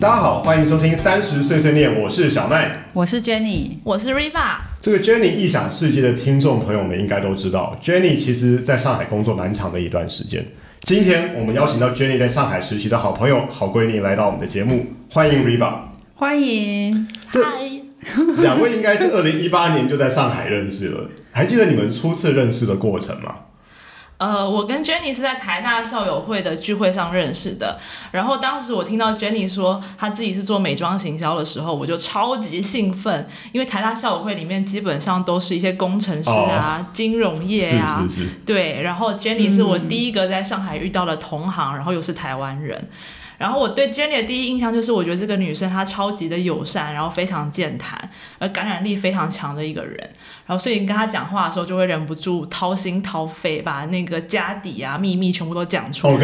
大家好，欢迎收听30岁碎念，我是小麦， 我是 Jenny， 我是 Riva。 这个 Jenny 异想世界的听众朋友们应该都知道 ，Jenny 其实在上海工作蛮长的一段时间。今天我们邀请到 Jenny 在上海实习的好朋友、好闺蜜来到我们的节目，欢迎 Riva。 欢迎。 嗨， 两位应该是2018年就在上海认识了，还记得你们初次认识的过程吗？ 我跟 Jenny 是在台大校友会的聚会上认识的。然后当时我听到 Jenny 说她自己是做美妆行销的时候，我就超级兴奋，因为台大校友会里面基本上都是一些工程师啊、金融业啊， 是。 对。然后 Jenny 是我第一个在上海遇到的同行，然后又是台湾人。然后我对 Jenny 的第一印象就是，我觉得这个女生她超级的友善，然后非常健谈，而感染力非常强的一个人。然后所以你跟她讲话的时候，就会忍不住掏心掏肺，把那个家底啊、秘密全部都讲出来。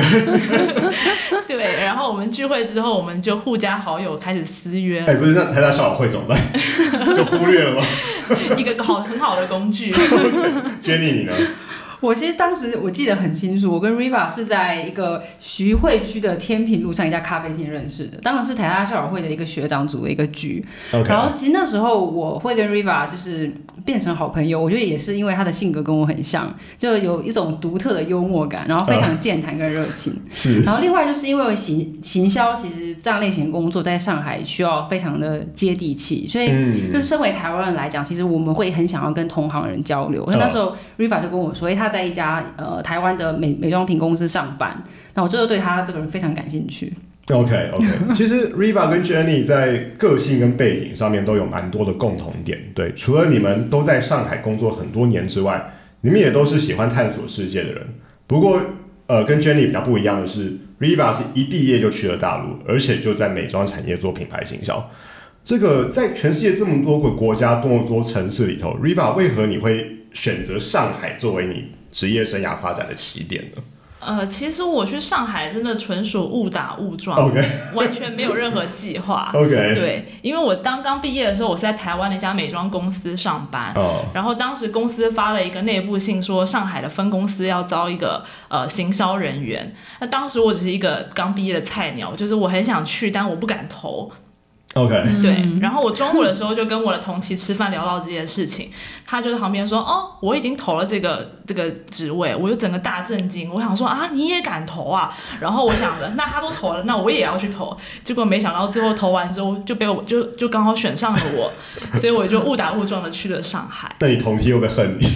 Okay. 对，然后我们聚会之后，我们就互加好友，开始私约。 不是，那台大校友会怎么办？就忽略了吗？ 一个很好的工具。 Jenny 你呢？ 我其实当时我记得很清楚，我跟 Riva 是在一个徐汇区的天平路上一家咖啡厅认识的，当然是台大校友会的一个学长组的一个局。 Okay. 然后其实那时候我会跟 Riva 就是变成好朋友，我觉得也是因为他的性格跟我很像，就有一种独特的幽默感，然后非常健谈跟热情。 是。 然后另外就是因为行销，其实这样类型的工作在上海需要非常的接地气，所以就身为台湾人来讲，其实我们会很想要跟同行人交流。那时候 Riva 就跟我说，他在一家台湾的美妆品公司上班，那我就对他这个人非常感兴趣。 OK， 其实 Riva 跟 Jenny 在个性跟背景上面都有蛮多的共同点。对，除了你们都在上海工作很多年之外，你们也都是喜欢探索世界的人。不过，跟 Jenny 比较不一样的是 ，Riva 是一毕业就去了大陆，而且就在美妆产业做品牌行销。这个在全世界这么多个国家、这么多城市里头 ，Riva 为何你会选择上海作为你职业生涯发展的起点呢？ 其实我去上海真的纯属误打误撞， Okay. 完全没有任何计划。 Okay. 对，因为我刚毕业的时候，我是在台湾的一家美妆公司上班，然后当时公司发了一个内部信，说上海的分公司要招一个行销人员。那当时我只是一个刚毕业的菜鸟，就是我很想去，但我不敢投。 OK， 对，然后我中午的时候就跟我的同期吃饭聊到这件事情，他就在旁边说：“哦，我已经投了这个职位。”我就整个大震惊，我想说啊，你也敢投啊？然后我想着，那他都投了，那我也要去投。结果没想到最后投完之后，就被我就刚好选上了我，所以我就误打误撞的去了上海。 那你同梯会不会恨你？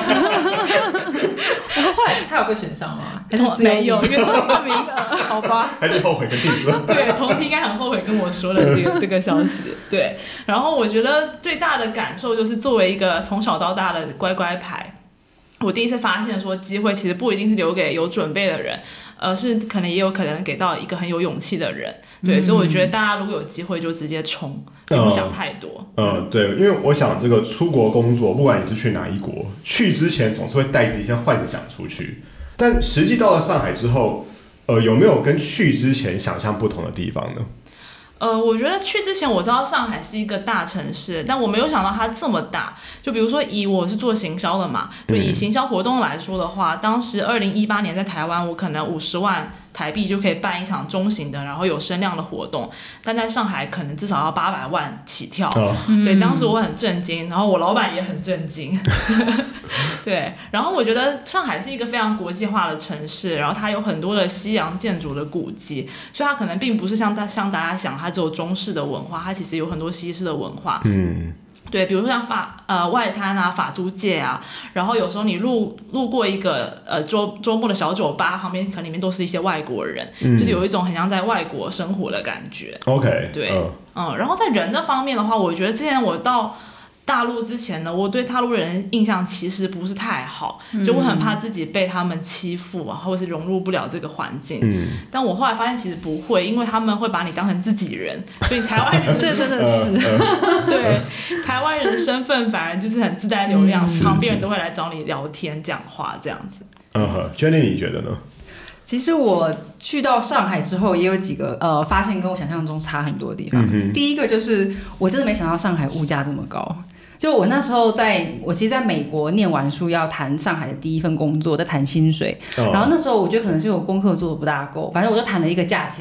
后来他有被选上吗？ 还是没有，因为只有一个名额，好吧？ 还是后悔跟你说？ 对，同梯应该很后悔跟我说了这个消息。对，然后我觉得最大的感受就是，作为一个从小到大的乖乖牌，我第一次发现说，机会其实不一定是留给有准备的人，是可能也有可能给到一个很有勇气的人。对，所以我觉得大家如果有机会就直接冲，不用想太多。 对，因为我想这个出国工作，不管你是去哪一国，去之前总是会带着一些幻想出去，但实际到了上海之后，有没有跟去之前想象不同的地方呢？ 我觉得去之前我知道上海是一个大城市，但我没有想到它这么大。就比如说我是做行销的嘛，就以行销活动来说的话，当时2018年在台湾，我可能50万台币就可以办一场中型的，然后有声量的活动，但在上海可能至少要800万起跳，所以当时我很震惊，然后我老板也很震惊。对，然后我觉得上海是一个非常国际化的城市，然后它有很多的西洋建筑的古迹，所以它可能并不是像大家想它只有中式的文化，它其实有很多西式的文化。对，比如说像外滩啊、法租界啊，然后有时候你路过一个周末的小酒吧，旁边可能里面都是一些外国人，就是有一种很像在外国生活的感觉。 OK， 对，然后在人的方面的话，我觉得之前我到大陆之前呢，我对大陆人印象其实不是太好，就我很怕自己被他们欺负啊，或是融入不了这个环境。但我后来发现其实不会，因为他们会把你当成自己人，所以台湾人这真的是对台湾人的身份反而就是很自带流量，旁边人都会来找你聊天讲话这样子。 Jenny 你觉得呢？ 其实我去到上海之后，也有几个发现跟我想象中差很多的地方。第一个就是我真的没想到上海物价这么高。就我那时候我其实在美国念完书，要谈上海的第一份工作，在谈薪水。然后那时候我觉得可能是我功课做的不大够，反正我就谈了一个价钱，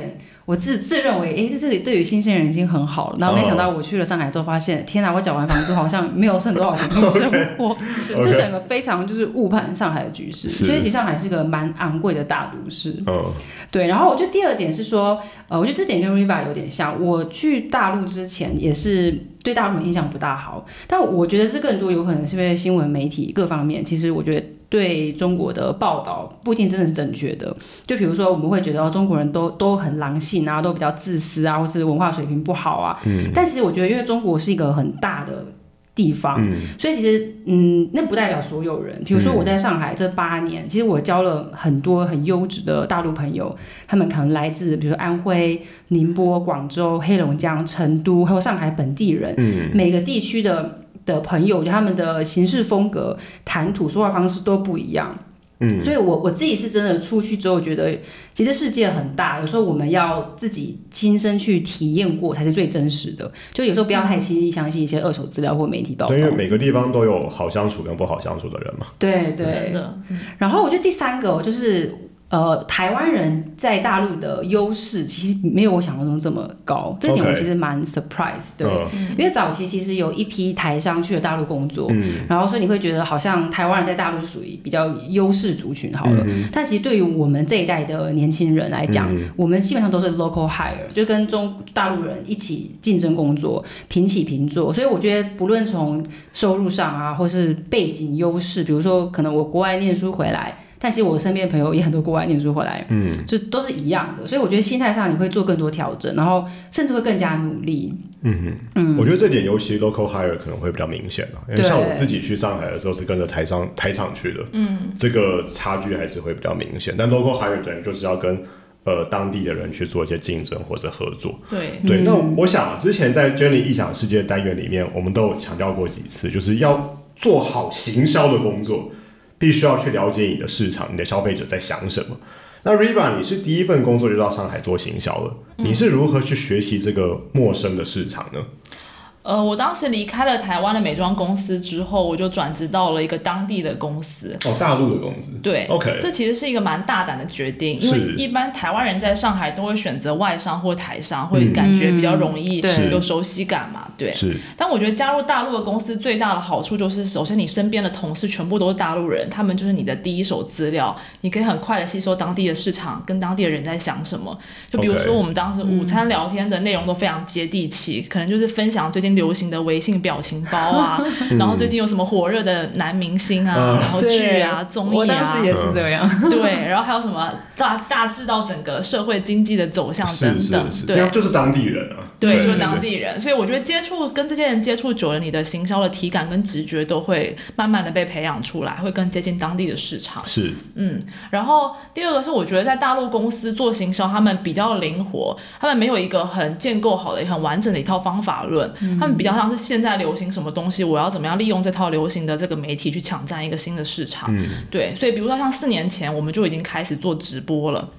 我自认为，这里对于新鲜人已经很好了。然后没想到我去了上海之后，发现天哪，我缴完房租好像没有剩多少钱可以生活，就整个非常就是误判上海的局势。所以其实上海是个蛮昂贵的大都市。对。然后我觉得第二点是说，我觉得这点跟 Riva 有点像。我去大陆之前也是对大陆的印象不大好，但我觉得这更多有可能是因为新闻媒体各方面，其实我觉得对中国的报道不一定真的是正确的。就比如说我们会觉得中国人都很狼性啊，都比较自私啊，或是文化水平不好啊。但其实我觉得因为中国是一个很大的地方，所以其实那不代表所有人。比如说我在上海这8年，其实我交了很多很优质的大陆朋友，他们可能来自比如说安徽、宁波、广州、黑龙江、成都，还有上海本地人，每个地区的朋友，就他们的行事风格、谈吐、说话方式都不一样。所以我自己是真的出去之后觉得，其实世界很大，有时候我们要自己亲身去体验过才是最真实的。就有时候不要太轻易相信一些二手资料或媒体报道。 对，因为每个地方都有好相处跟不好相处的人嘛。 对对， 真的。 然后我觉得第三个就是台湾人在大陆的优势其实没有我想象中这么高，这点我其实蛮 surprise。对，因为早期其实有一批台商去了大陆工作，然后所以你会觉得好像台湾人在大陆是属于比较优势族群好了，但其实对于我们这一代的年轻人来讲，我们基本上都是 local hire， 就跟大陆人一起竞争工作，平起平坐。所以我觉得不论从收入上啊，或是背景优势，比如说可能我国外念书回来，但其实我身边的朋友也很多国外念书回来，就都是一样的，所以我觉得心态上你会做更多调整，然后甚至会更加努力。 我觉得这点尤其 local hire 可能会比较明显因为像我自己去上海的时候是跟着台厂去的，这个差距还是会比较明显。但 local hire 等于就是要跟当地的人去做一些竞争或者合作。对，那我想之前在 Jenny 异想世界单元里面，我们都有强调过几次，就是要做好行销的工作。必须要去了解你的市场，你的消费者在想什么。那 Riva 你是第一份工作就到上海做行销了，你是如何去学习这个陌生的市场呢？ 我当时离开了台湾的美妆公司之后，我就转职到了一个当地的公司。 大陆的公司。 对 ，OK， 这其实是一个蛮大胆的决定，因为一般台湾人在上海都会选择外商或台商，会感觉比较容易，有熟悉感嘛，对。 是。 但我觉得加入大陆的公司最大的好处就是，首先你身边的同事全部都是大陆人，他们就是你的第一手资料，你可以很快的吸收当地的市场跟当地的人在想什么。就比如说我们当时午餐聊天的内容都非常接地气，可能就是分享最近流行的微信表情包啊，然后最近有什么火热的男明星啊，然后剧啊、综艺啊， 我当时也是这样。 对，然后还有什么大致到整个社会经济的走向等等， 是对， 就是当地人啊， 对，就是当地人。所以我觉得跟这些人接触久了，你的行销的体感跟直觉都会慢慢的被培养出来，会更接近当地的市场。 是， 然后第二个是我觉得在大陆公司做行销，他们比较灵活，他们没有一个很建构好的、很完整的一套方法论，他们比较像是现在流行什么东西，我要怎么样利用这套流行的这个媒体去抢占一个新的市场。对，所以比如说像4年前，我们就已经开始做直播了。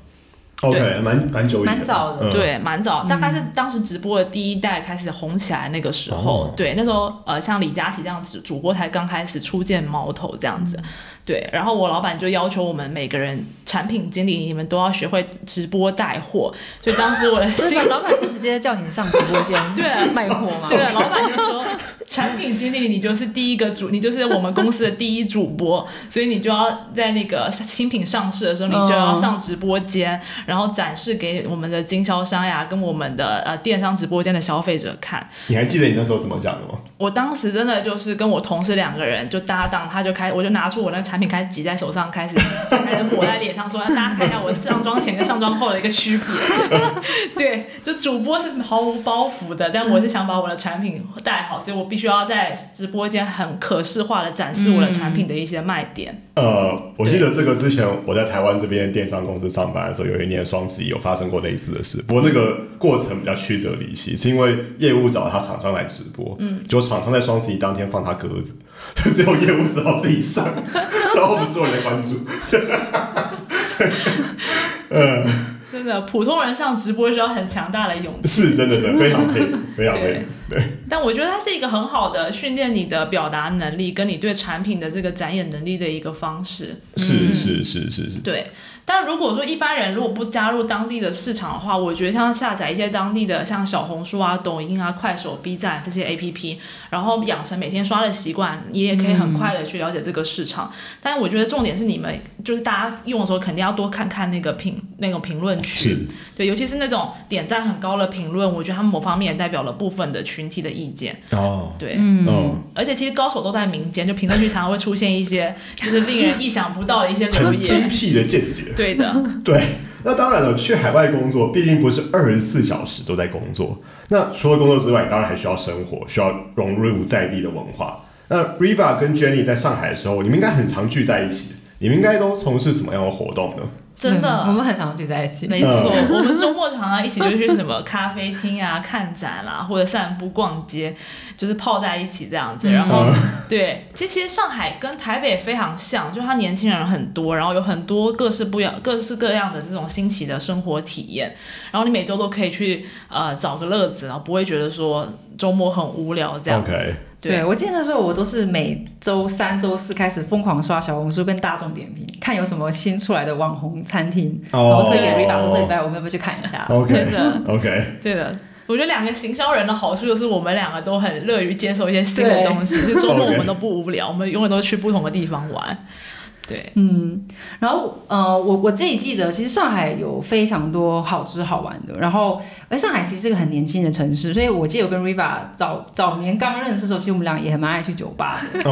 OK， 蛮久以前， 蛮早的， 对，蛮早，大概是当时直播的第一代开始红起来那个时候。对，那时候像李佳琦这样子主播才刚开始初见矛头这样子。对，然后我老板就要求我们每个人产品经理，你们都要学会直播带货。所以当时我的老板是直接叫你上直播间对卖货吗？ 对，老板就说产品经理你就是第一个你就是我们公司的第一主播，所以你就要在那个新品上市的时候，你就要上直播间，然后展示给我们的经销商呀，跟我们的电商直播间的消费者看。 你还记得你那时候怎么讲的吗？ 我当时真的就是跟我同事2个人就搭档，我就拿出我那个产品开始挤在手上，开始抹在脸上，说大家看一下我上妆前跟上妆后的一个区别。对，就主播是毫无包袱的，但我是想把我的产品带好，所以我必须要在直播间很可视化的展示我的产品的一些卖点。 我记得这个之前我在台湾这边电商公司上班的时候，有一年双11有发生过类似的事，不过那个过程比较曲折离奇，是因为业务找他厂商来直播，就厂商在双11当天放他鸽子，就只有业务只好自己上，然后我们所有人在关注。 真的，普通人上直播需要很强大的勇气， 是真的非常佩服，非常佩服。对， 但我觉得它是一个很好的训练你的表达能力，跟你对产品的这个展演能力的一个方式。 是。 对。但如果说一般人如果不加入当地的市场的话，我觉得像下载一些当地的像小红书啊、抖音啊、快手、B 站这些 APP， 然后养成每天刷的习惯，你也可以很快的去了解这个市场。但我觉得重点是你们就是大家用的时候肯定要多看看那个评论区，对，尤其是那种点赞很高的评论，我觉得他们某方面也代表了部分的群体的意见。对，而且其实高手都在民间，就评论区常常会出现一些就是令人意想不到的一些留言， 很精辟的见解。 对的， 对。那当然了，去海外工作毕竟不是24小时都在工作。那除了工作之外，你当然还需要生活，需要融入在地的文化。那 Riva 跟 Jenny 在上海的时候，你们应该很常聚在一起，你们应该都从事什么样的活动呢？ 真的， 我们很常聚在一起。 没错，我们周末常常一起就去什么咖啡厅啊、看展啦，或者散步、逛街，就是泡在一起这样子。然后，对，其实上海跟台北非常像，就它年轻人很多，然后有很多各式各样的这种新奇的生活体验。然后你每周都可以去找个乐子，然后不会觉得说周末很无聊这样子。 Okay. 对，我记得那时候我都是每周3、周4开始疯狂刷小红书跟大众点评，看有什么新出来的网红餐厅，然后推给 Riva 说这礼拜我们要不要去看一下？ 对的 ，OK， 对的。我觉得两个行销人的好处就是我们两个都很乐于接受一些新的东西，就周末我们都不无聊，我们永远都去不同的地方玩。对， 然后我自己记得，其实上海有非常多好吃好玩的，然后上海其实是个很年轻的城市，所以我记得我跟 Riva 早年刚认识的时候，其实我们俩也很蛮爱去酒吧的。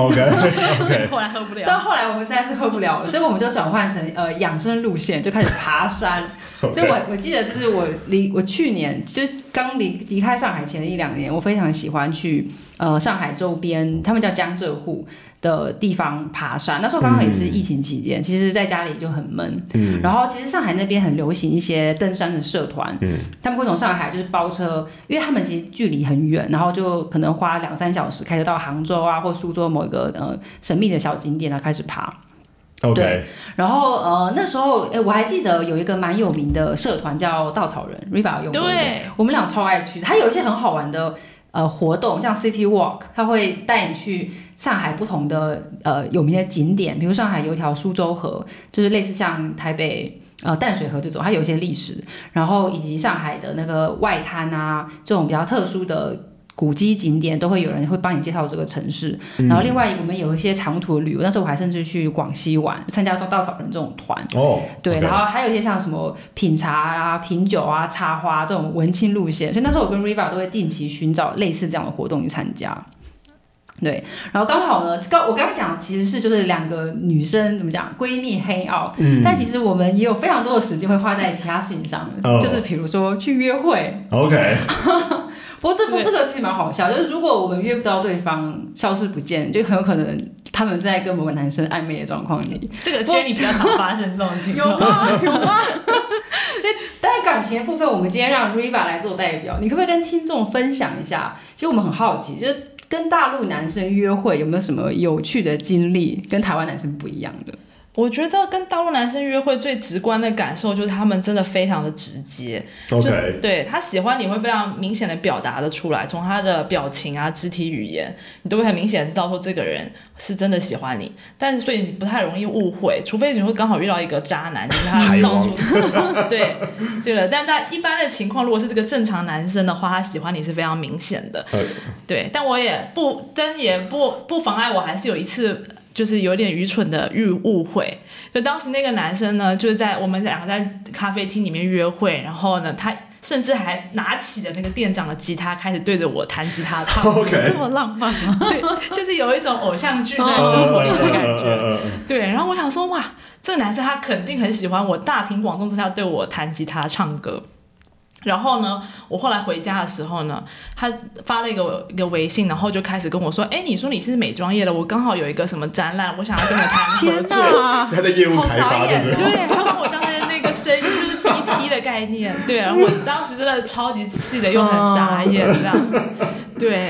OK， 后来喝不了， 但后来我们实在是喝不了了，所以我们就转换成养生路线，就开始爬山。所以我记得就是我去年就刚离开上海前的1-2年，我非常喜欢去上海周边，他们叫江浙沪的地方爬山。那时候刚好也是疫情期间，其实在家里就很闷。然后其实上海那边很流行一些登山的社团，他们会从上海就是包车，因为他们其实距离很远，然后就可能花2-3小时开车到杭州啊或苏州某一个神秘的小景点开始爬。 对， 然后那时候我还记得有一个蛮有名的社团叫稻草人 ，Riva 有用过，对，我们俩超爱去。它有一些很好玩的活动，像 City Walk， 它会带你去上海不同的有名的景点，比如上海有一条苏州河，就是类似像台北淡水河这种，它有一些历史，然后以及上海的那个外滩啊，这种比较特殊的古迹景点都会有人会帮你介绍这个城市。然后另外我们有一些长途的旅游，那时候我还甚至去广西玩，参加稻草人这种团。对，然后还有一些像什么品茶啊、品酒啊、插花这种文青路线，所以那时候我跟 Riva 都会定期寻找类似这样的活动去参加。对，然后刚好呢，我刚刚讲其实是就是2个女生怎么讲闺蜜黑奥，但其实我们也有非常多的时间会花在其他事情上的，就是比如说去约会。 OK 不过这个其实蛮好笑，就是如果我们约不到对方，消失不见，就很有可能他们在跟某个男生暧昧的状况里。 这个Jenny比较常发生这种情况。 有吗？所以，但感情的部分，我们今天让 Riva 来做代表，你可不可以跟听众分享一下？其实我们很好奇，就是跟大陆男生约会有没有什么有趣的经历，跟台湾男生不一样的？ 我觉得跟大陆男生约会最直观的感受就是他们真的非常的直接。 OK， 对，他喜欢你会非常明显的表达的出来，从他的表情啊、肢体语言，你都会很明显的知道说这个人是真的喜欢你。但是所以你不太容易误会，除非你会刚好遇到一个渣男，就是他到处对了。但一般的情况，如果是这个正常男生的话，他喜欢你是非常明显的。对，但也不妨碍我还是有一次。就是有点愚蠢的误会，就当时那个男生呢，就是我们2个在咖啡厅里面约会，然后呢，他甚至还拿起了那个店长的吉他，开始对着我弹吉他唱。 这么浪漫吗？ 对，就是有一种偶像剧在生活里的感觉。对，然后我想说，哇，这个男生他肯定很喜欢我，大庭广众之下对我弹吉他唱歌。然后呢，我后来回家的时候呢，他发了一个微信，然后就开始跟我说：“哎，你说你是美妆业的，我刚好有一个什么展览，我想要跟你谈合作。” 他在业务开发， 对，他把我当成那个声音就是 BP 的概念，对，然后我当时真的超级气的，又很傻眼这样，对。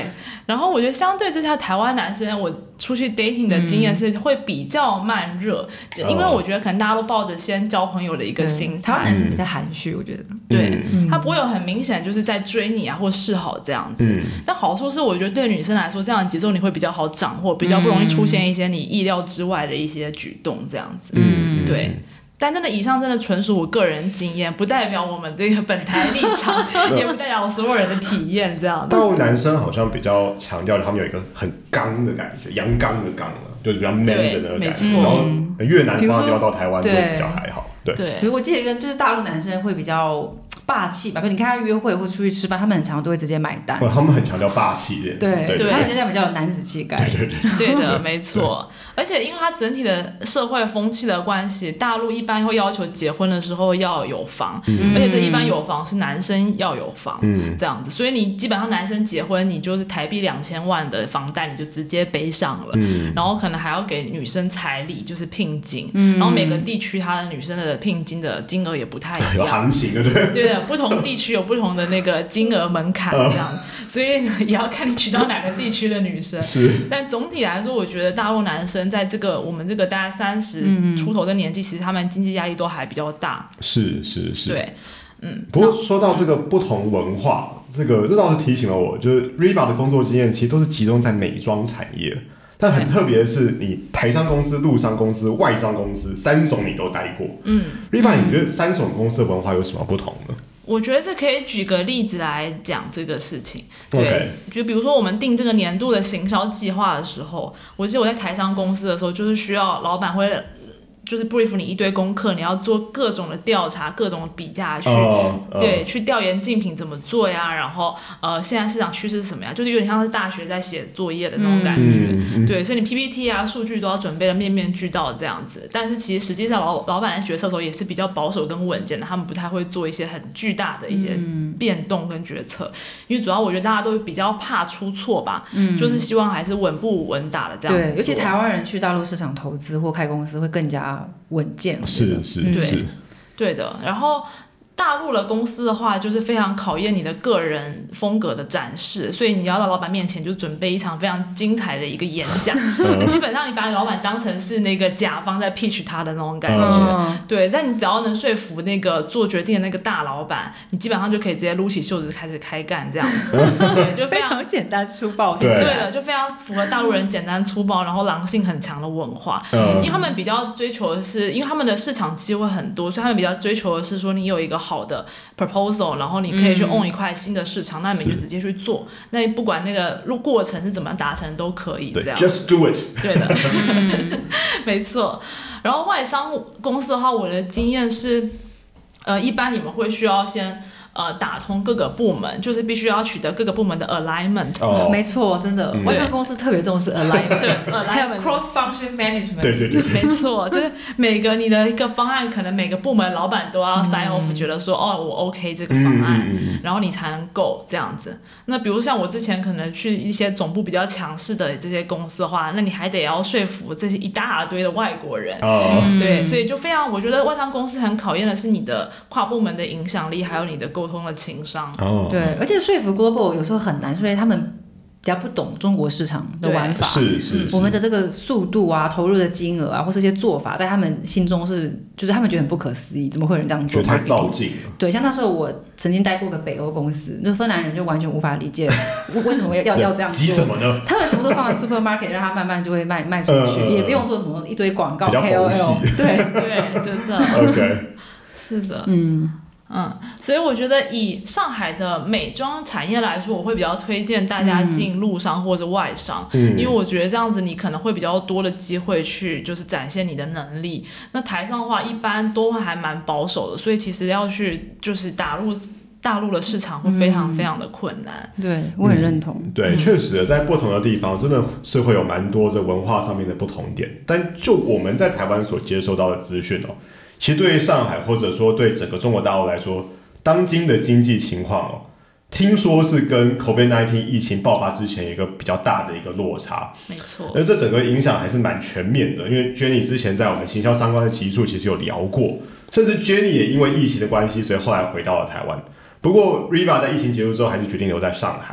然后我觉得相对之下，台湾男生我出去 dating 的经验是会比较慢热，因为我觉得可能大家都抱着先交朋友的一个心态。 台湾男生比较含蓄，我觉得。 对，他不会有很明显就是在追你啊或示好这样子。但好处是，我觉得对女生来说，这样的节奏你会比较好掌握，比较不容易出现一些你意料之外的一些举动这样子。对。但真的，以上真的纯属我个人经验，不代表我们这个本台立场，也不代表所有人的体验这样子。 大陆男生好像比较强调他们有一个很刚的感觉，阳刚的刚了，就是比较 man 的那个感觉。然后越南方的地方到台湾就比较还好。对， 比如我记得一个就是大陆男生会比较霸气吧，比如你看他约会或出去吃饭，他们很常都会直接买单。 他们很强调霸气这件事。 对，他们现在比较有男子气概。 对的，没错。而且因为他整体的社会风气的关系，大陆一般会要求结婚的时候要有房，而且这一般有房是男生要有房，这样子。所以你基本上男生结婚，你就是台币2000万的房贷你就直接背上了，然后可能还要给女生彩礼，就是聘金，然后每个地区他的女生的聘金的金额也不太一样， 有行情的， 对的，不同地区有不同的那个金额门槛这样，所以也要看你娶到哪个地区的女生。 是，但总体来说，我觉得大陆男生在我们这个大概30出头的年纪，其实他们经济压力都还比较大。 是， 对， 不过说到这个不同文化，这倒是提醒了我，就是 Riva 的工作经验其实都是集中在美妆产业。但很特别的是，你台商公司、陆商公司、外商公司3种你都待过。Riva， 你觉得3种公司的文化有什么不同呢？ 我觉得这可以举个例子来讲这个事情。对，就比如说我们定这个年度的行销计划的时候，我记得我在台商公司的时候，就是需要老板会就是 brief 你一堆功课，你要做各种的调查，各种的比价去调研竞品怎么做呀，然后现在市场趋势是什么呀，就是有点像是大学在写作业的那种感觉。对，所以你 PPT 啊数据都要准备的面面俱到这样子。但是其实实际上老板在决策的时候也是比较保守跟稳健的，他们不太会做一些很巨大的一些变动跟决策，因为主要我觉得大家都比较怕出错吧，就是希望还是稳步稳打的这样子。 对，尤其台湾人去大陆市场投资或开公司会更加稳健。 是， 对的。然后大陆的公司的话，就是非常考验你的个人风格的展示，所以你要到老板面前就准备一场非常精彩的一个演讲。基本上你把你老板当成是那个甲方在 pitch 他的那种感觉。对，但你只要能说服那个做决定的那个大老板，你基本上就可以直接撸起袖子开始开干这样子。对，就非常简单粗暴。 对的，就非常符合大陆人简单粗暴，然后狼性很强的文化。因为他们比较追求的是，因为他们的市场机会很多，所以他们比较追求的是说你有一个好的 proposal， 然后你可以去 own 一块新的市场，那你就直接去做，那不管那个过程是怎么达成都可以这样。 Just do it。 对的，没错。然后外商公司的话，我的经验是，一般你们会需要先打通各个部门，就是必须要取得各个部门的 alignment。 没错，真的，外商公司特别重视 alignment， 对， 还有 cross function management。 对， 没错，就是每个你的一个方案，可能每个部门老板都要 sign off，觉得说我 OK 这个方案，然后你才能够这样子。那比如像我之前可能去一些总部比较强势的这些公司的话，那你还得要说服这些一大堆的外国人。对，所以就非常，我觉得外商公司很考验的是你的跨部门的影响力，还有你的沟通的情商。 对，而且说服 global 有时候很难，所以他们比较不懂中国市场的玩法。 是， 我们的这个速度啊、投入的金额啊，或是一些做法，在他们心中就是他们觉得很不可思议，怎么会有人这样做？ 觉得太躁进了。 对，像那时候我曾经待过个北欧公司，就芬兰人就完全无法理解为什么要这样做。 急什么呢？ 他们全部都放在 supermarket， 让它慢慢就会卖出去，也不用做什么一堆广告 KOL。 对， 真的。 OK， 是的，所以我觉得以上海的美妆产业来说，我会比较推荐大家进陆商或者外商，因为我觉得这样子你可能会比较多的机会去就是展现你的能力。那台上的话一般都还蛮保守的，所以其实要去就是打入大陆的市场会非常非常的困难。 对，我很认同。 对，确实在不同的地方真的是会有蛮多的文化上面的不同点，但就我们在台湾所接受到的资讯其实对于上海或者说对整个中国大陆来说，当今的经济情况听说是跟 COVID-19 疫情爆发之前有一个比较大的一个落差。 没错。 而这整个影响还是蛮全面的，因为 Jenny 之前在我们行销相关的集数其实有聊过，甚至 Jenny 也因为疫情的关系，所以后来回到了台湾。不过 Riva 在疫情结束之后还是决定留在上海。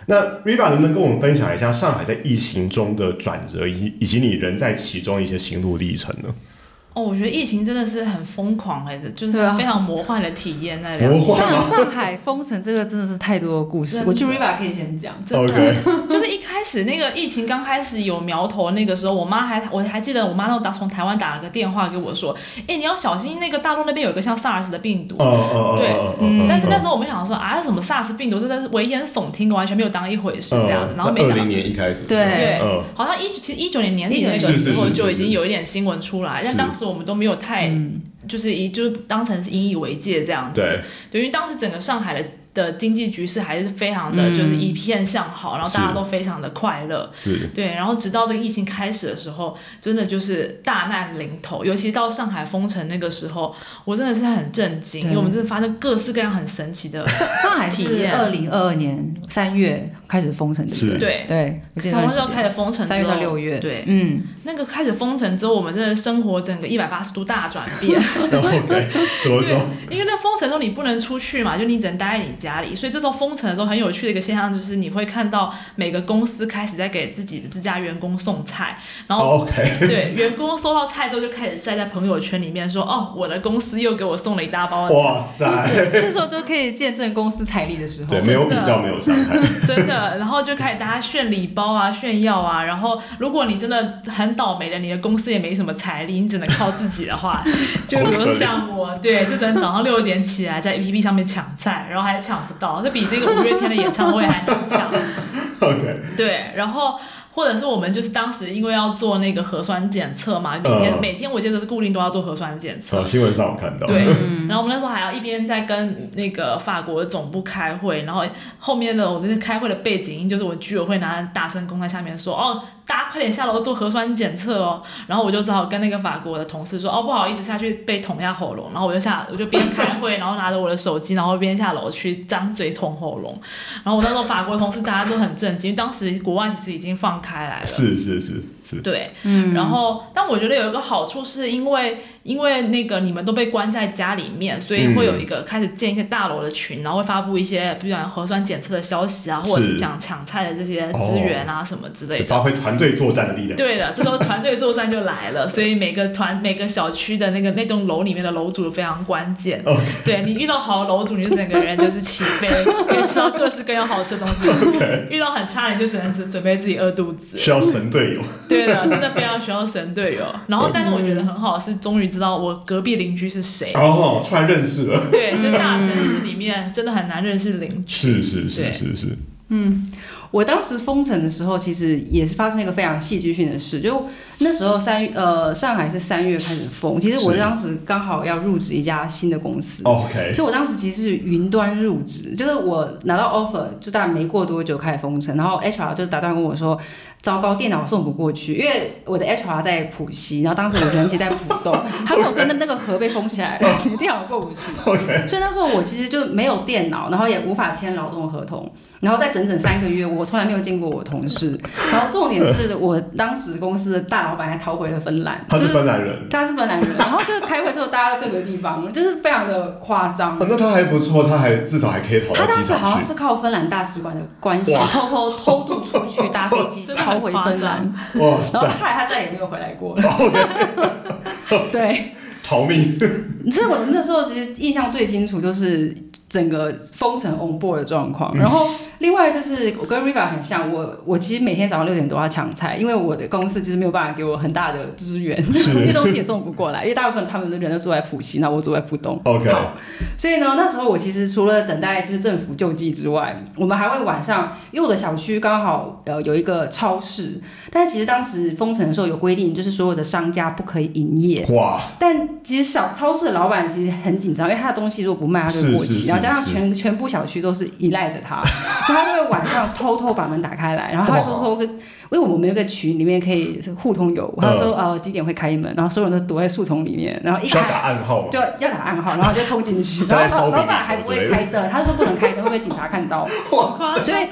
那 Riva 能不能跟我们分享一下上海在疫情中的转折，以及你人在其中一些心路历程呢？ 我觉得疫情真的是很疯狂就是非常魔幻的体验那魔幻吗？ 上海封城这个真的是太多的故事，我觉得 Riva 可以先讲。 真的就是一开始那个疫情刚开始有苗头那个时候，我还记得我妈从台湾打了个电话给我说，你要小心那个大陆那边有一个像 SARS 的病毒。对，但是那时候我们想说什么 SARS 病毒，真的是危言耸听，完全没有当一回事这样子。然后没想到 2020年一开始， 对，好像其实19年年底那个时候就已经有一点新闻出来，但当时我们都没有太就是当成是引以为戒这样子。对，因为当时整个上海的经济局势还是非常的就是一片向好，然后大家都非常的快乐。 是， 对，然后直到这个疫情开始的时候，真的就是大难临头，尤其到上海封城那个时候，我真的是很震惊，因为我们真的发生各式各样很神奇的上海是2022年3月开始封城的， 是， 对，从那时候开始封城之后，3 月到6月， 对，那个开始封城之后，我们真的生活整个180度大转变。 OK， 怎么说？ 因为那封城的时候你不能出去嘛，就你只能待在你家里，所以这时候封城的时候很有趣的一个现象就是你会看到每个公司开始在给自己的自家员工送菜，然后对，员工收到菜之后就开始晒在朋友圈里面说我的公司又给我送了一大包。 哇塞， 这时候就可以见证公司财力的时候。 对，没有比较没有伤害。 真的，然后就开始大家炫礼包啊炫耀啊，然后如果你真的很倒霉的，你的公司也没什么财力，你只能靠自己的话，就比如像我，对，就只能早上6点起来在 APP 上面抢菜，然后还抢不到，这比这个5月天的演唱会还难抢。 OK， 对，然后或者是我们就是当时因为要做那个核酸检测嘛，每天我记得是固定都要做核酸检测。 新闻上我看到。 对，然后我们那时候还要一边在跟那个法国的总部开会，然后后面的我们开会的背景音就是我居委会拿大声公在下面说大家快点下楼做核酸检测哦。然后我就只好跟那个法国的同事说不好意思下去被捅一下喉咙，然后我就边开会，然后拿着我的手机，然后边下楼去张嘴捅喉咙。然后我那时候法国的同事大家都很震惊，因为当时国外其实已经放开来了。 是。 对，然后但我觉得有一个好处是因为那个你们都被关在家里面，所以会有一个开始建一些大楼的群，然后会发布一些比如讲核酸检测的消息啊，或者是讲抢菜的这些资源啊什么之类的， 发挥团队作战的力量。 对的，这时候团队作战就来了，所以每个小区的那栋楼里面的楼主非常关键。对，你遇到好的楼主，你就整个人就是起飞，可以吃到各式各样好吃的东西。遇到很差，你就只能准备自己饿肚子。 需要神队友。 对的，真的非常需要神队友。然后，但是我觉得很好是，终于知道我隔壁邻居是谁。 突然认识了。 对，就大城市里面真的很难认识邻居。 是。 我当时封城的时候，其实也是发生一个非常戏剧性的事，就那时候上海是3月开始封，其实我当时刚好要入职一家新的公司。 OK， 所以我当时其实是云端入职，就是我拿到 offer 就大概没过多久开始封城，然后 HR 就打电话跟我说，糟糕，电脑送不过去，因为我的 HR 在浦西，然后当时我人其实在浦东，他跟我说那个河被封起来了，你的电脑过不去。 OK， 所以那时候我其实就没有电脑，然后也无法签劳动合同，然后在整整3个月，我从来没有见过我同事。然后重点是我当时公司的大老板还逃回了芬兰， 他是芬兰人， 然后就是开会之后，大家各个地方，就是非常的夸张。 那他还不错，至少还可以跑到机场去。 他当时好像是靠芬兰大使馆的关系，偷渡出去搭飞机逃回芬兰。 哇塞！ 然后后来他再也没有回来过了。对， 逃命。 所以我那时候其实印象最清楚就是整个封城 on board 的状况。然后另外就是我跟 Riva 很像，我其实每天早上6点都要抢菜，因为我的公司就是没有办法给我很大的资源，因为东西也送不过来，因为大部分他们的人都住在浦西，那我住在浦东。 OK， 所以呢，那时候我其实除了等待就是政府救济之外，我们还会晚上，因为我的小区刚好有一个超市，但其实当时封城的时候有规定，就是所有的商家不可以营业。 哇！ 但其实小超市的老板其实很紧张，因为他的东西如果不卖，他就会过期，然后加上全部小区都是依赖着他，所以他就会晚上偷偷把门打开来，然后他会偷偷跟。因为我们有个群里面可以互通有无，他说几点会开门，然后所有人都躲在树丛里面，然后需要打暗号， 就要打暗号，然后就冲进去，然后老板还不会开灯，他就说不能开灯，会被警察看到。所以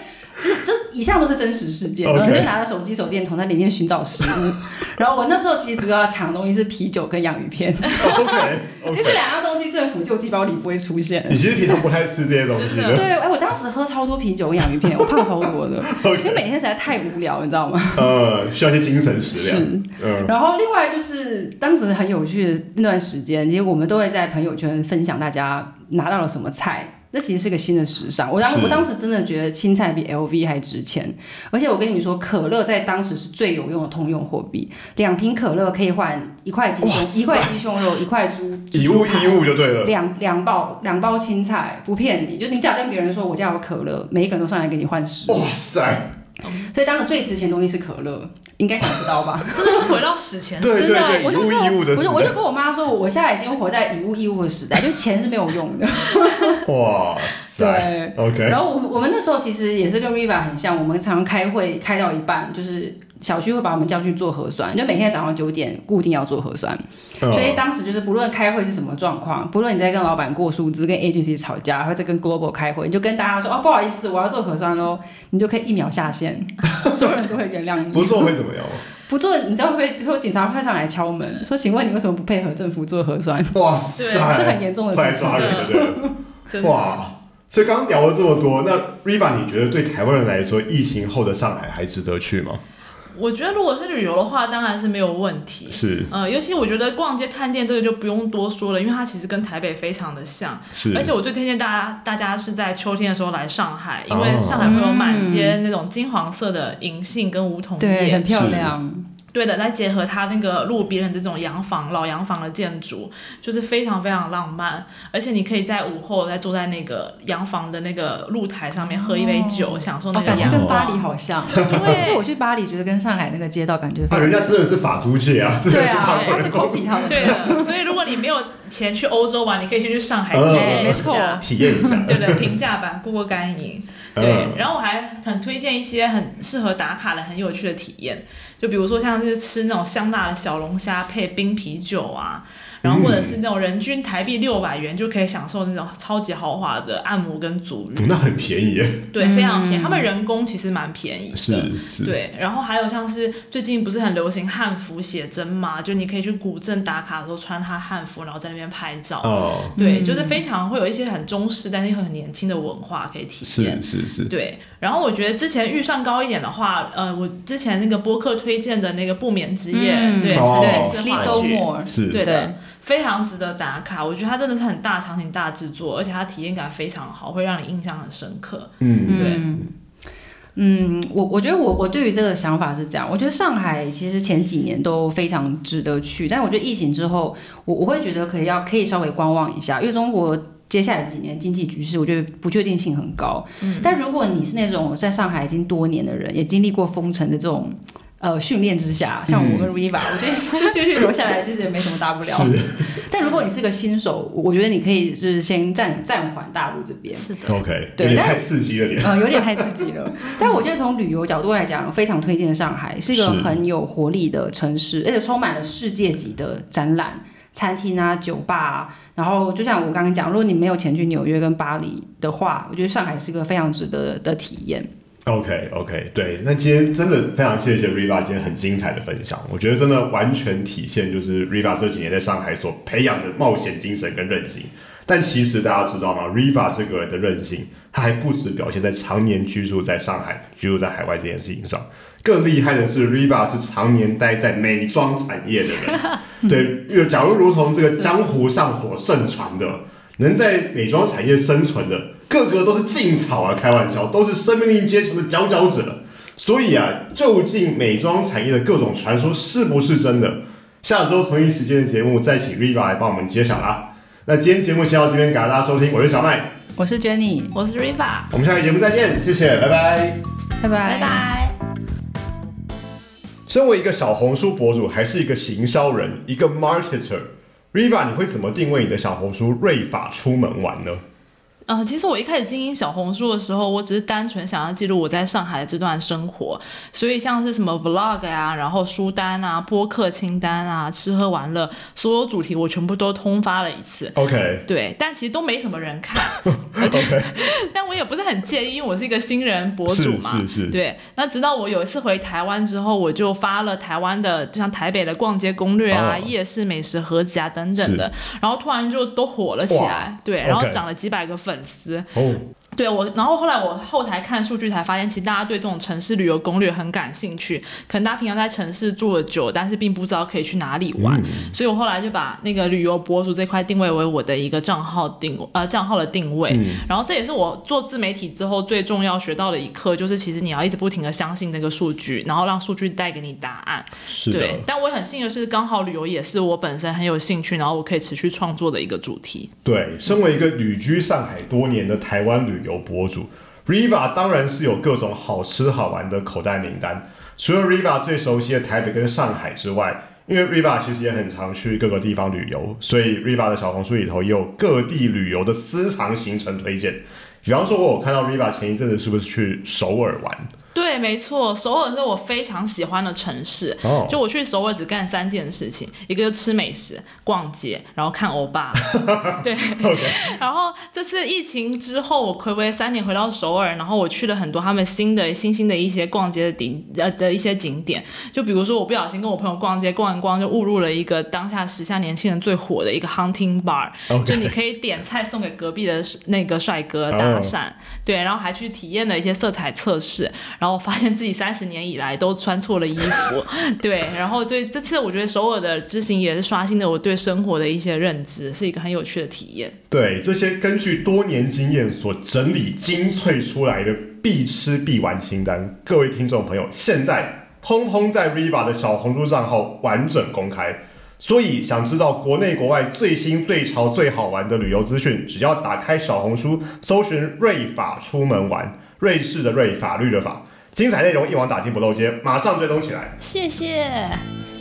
这以上都是真实事件， Okay. 就拿着手机手电筒在里面寻找食物，然后我那时候其实主要抢的东西是啤酒跟洋芋片 OK， 因为这两样东西政府救济包里不会出现。 你其实平常不太吃这些东西的。 对，我当时喝超多啤酒跟洋芋片，我胖超多的 Okay. 因为每天实在太无聊，你知道吗？ 需要一些精神食粮。 是，然后另外就是当时很有趣的那段时间，其实我们都会在朋友圈分享大家拿到了什么菜。这其实是个新的时尚，我当时真的觉得青菜比 LV 还值钱，而且我跟你说，可乐在当时是最有用的通用货币，2瓶可乐可以换1块鸡胸肉，1块猪以物就对了， 两包青菜，不骗你，就你只要跟别人说我家有可乐，每一个人都上来给你换食物。 哇塞！ 所以当时最值钱的东西是可乐，应该想不到吧？ 真的是回到史前时代。 对对对，以物易物的时代。 我就跟我妈说，我现在已经活在以物易物的时代，就钱是没有用的。 哇塞！ 对 ，OK。 然后我们那时候其实也是跟 Riva 很像，我们常常开会开到一半，就是小区会把我们叫去做核酸，就每天早上9点固定要做核酸。所以当时就是不论开会是什么状况，不论你在跟老板过数字、跟 agency 吵架，或者跟 global 开会，你就跟大家说不好意思，我要做核酸咯，你就可以1秒下线，所有人都会原谅你。 不做会怎么样？ 不做，你知道会警察会上来敲门，说：“请问你为什么不配合政府做核酸？” 哇塞， 是很严重的事情。 快抓人了，对。哇，所以刚刚聊了这么多，那 Riva 你觉得对台湾人来说，疫情后的上海还值得去吗？ 我觉得如果是旅游的话，当然是没有问题。 是， 尤其我觉得逛街探店这个就不用多说了，因为它其实跟台北非常的像。 是， 而且我最推荐大家是在秋天的时候来上海，因为上海会有满街那种金黄色的银杏跟梧桐叶， 对，很漂亮。 对的，再结合它那个路边的这种老洋房的建筑，就是非常非常浪漫。而且你可以在午后再坐在那个洋房的那个露台上面喝一杯酒，享受那个阳光。 感觉跟巴黎好像。对，是我去巴黎觉得跟上海那个街道感觉。 人家真的是法租界啊， 对啊，他是 copy 他们。 对的，所以如果你没有钱去欧洲玩，你可以先去上海没错， 体验一下。 对的，平价版过干瘾。对，然后我还很推荐一些很适合打卡的、很有趣的体验，就比如说像是吃那种香辣的小龙虾配冰啤酒啊，然后或者是那种人均台币600元就可以享受那种超级豪华的按摩跟足浴， 那很便宜耶。 对，非常便宜，他们人工其实蛮便宜的。 是。 对，然后还有像是最近不是很流行汉服写真嘛，就你可以去古镇打卡的时候穿他汉服，然后在那边拍照。对，就是非常会有一些很中式但是又很年轻的文化可以体验。 是。 对，然后我觉得之前预算高一点的话，我之前那个播客推荐的那个不眠之夜，对，沉浸式话剧， 是， 对的，非常值得打卡。我觉得它真的是很大场景、大制作，而且它体验感非常好，会让你印象很深刻。 我觉得我对于这个想法是这样，我觉得上海其实前几年都非常值得去，但我觉得疫情之后，我会觉得可以稍微观望一下，因为中国接下来几年经济局势，我觉得不确定性很高。但如果你是那种在上海已经多年的人，也经历过封城的这种训练之下，像我跟 Riva，我觉得就继续留下来，其实也没什么大不了。但如果你是个新手，我觉得你可以就是先暂缓大陆这边。 是的 ，OK， 对， 有点太刺激了点。 有点太刺激了。但我觉得从旅游角度来讲，非常推荐上海，是一个很有活力的城市，而且充满了世界级的展览。餐厅啊，酒吧啊，然后就像我刚刚讲，如果你没有钱去纽约跟巴黎的话，我觉得上海是一个非常值得的体验。 OK， 对，那今天真的非常谢谢 Riva 今天很精彩的分享，我觉得真的完全体现就是 Riva 这几年在上海所培养的冒险精神跟韧性。但其实大家知道吗 ？Riva 这个人的韧性，他还不止表现在常年居住在上海、居住在海外这件事情上，更厉害的是 Riva 是常年待在美妆产业的人。对，假如同这个江湖上所盛传的，能在美妆产业生存的，个个都是劲草啊！开玩笑，都是生命力阶层的佼佼者。所以啊，究竟美妆产业的各种传说是不是真的？下周同一时间的节目再请 Riva 来帮我们揭晓啦。那今天节目先到这边，感谢大家收听，我是小麦， 我是 Jenny， 我是 Riva， 我们下期节目再见，谢谢，拜拜， 拜拜， 拜拜。 身为一个小红书博主，还是一个行销人，一个 marketer，Riva 你会怎么定位你的小红书瑞法出门玩呢？ 其实我一开始经营小红书的时候，我只是单纯想要记录我在上海的这段生活，所以像是什么 vlog 啊，然后书单啊、播客清单啊、吃喝玩乐，所有主题我全部都通发了一次。 OK， 对，但其实都没什么人看。 OK， 但我也不是很介意，因为我是一个新人博主嘛。 是。 对，那直到我有一次回台湾之后，我就发了台湾的，就像台北的逛街攻略啊、夜市美食合集啊等等的，然后突然就都火了起来。对，然后涨了几百个粉丝。对然后后来我后台看数据才发现，其实大家对这种城市旅游攻略很感兴趣，可能大家平常在城市住了久，但是并不知道可以去哪里玩，所以我后来就把那个旅游博主这块定位为我的一个账号的定位，然后这也是我做自媒体之后最重要学到的一课，就是其实你要一直不停的相信那个数据，然后让数据带给你答案。 是的。 对，但我很幸运的是，刚好旅游也是我本身很有兴趣，然后我可以持续创作的一个主题。 对，身为一个旅居上海多年的台湾旅游博主，Riva 当然是有各种好吃好玩的口袋名单。除了 Riva 最熟悉的台北跟上海之外，因为 Riva 其实也很常去各个地方旅游，所以 Riva 的小红书里头也有各地旅游的私藏行程推荐。比方说，我有看到 Riva 前一阵子是不是去首尔玩？ 对，没错，首尔是我非常喜欢的城市。就我去首尔只干3件事情，一个就吃美食、逛街，然后看欧巴。对，然后这次疫情之后，我睽违3年回到首尔，然后我去了很多他们新兴的一些逛街的一些景点。就比如说，我不小心跟我朋友逛街，逛一逛就误入了一个当下时下年轻人最火的一个 hunting bar， 就你可以点菜送给隔壁的那个帅哥搭讪。对，然后还去体验了一些色彩测试。然后发现自己30年以来都穿错了衣服。对，然后对这次我觉得首尔的之行也是刷新了我对生活的一些认知，是一个很有趣的体验。 对，这些根据多年经验所整理精粹出来的必吃必玩清单，各位听众朋友现在通通在 Riva 的小红书账号完整公开。所以想知道国内国外最新最潮最好玩的旅游资讯，只要打开小红书搜寻瑞法出门玩，瑞士的瑞，法律的法，精彩内容一网打尽不漏接，马上追踪起来。 谢谢。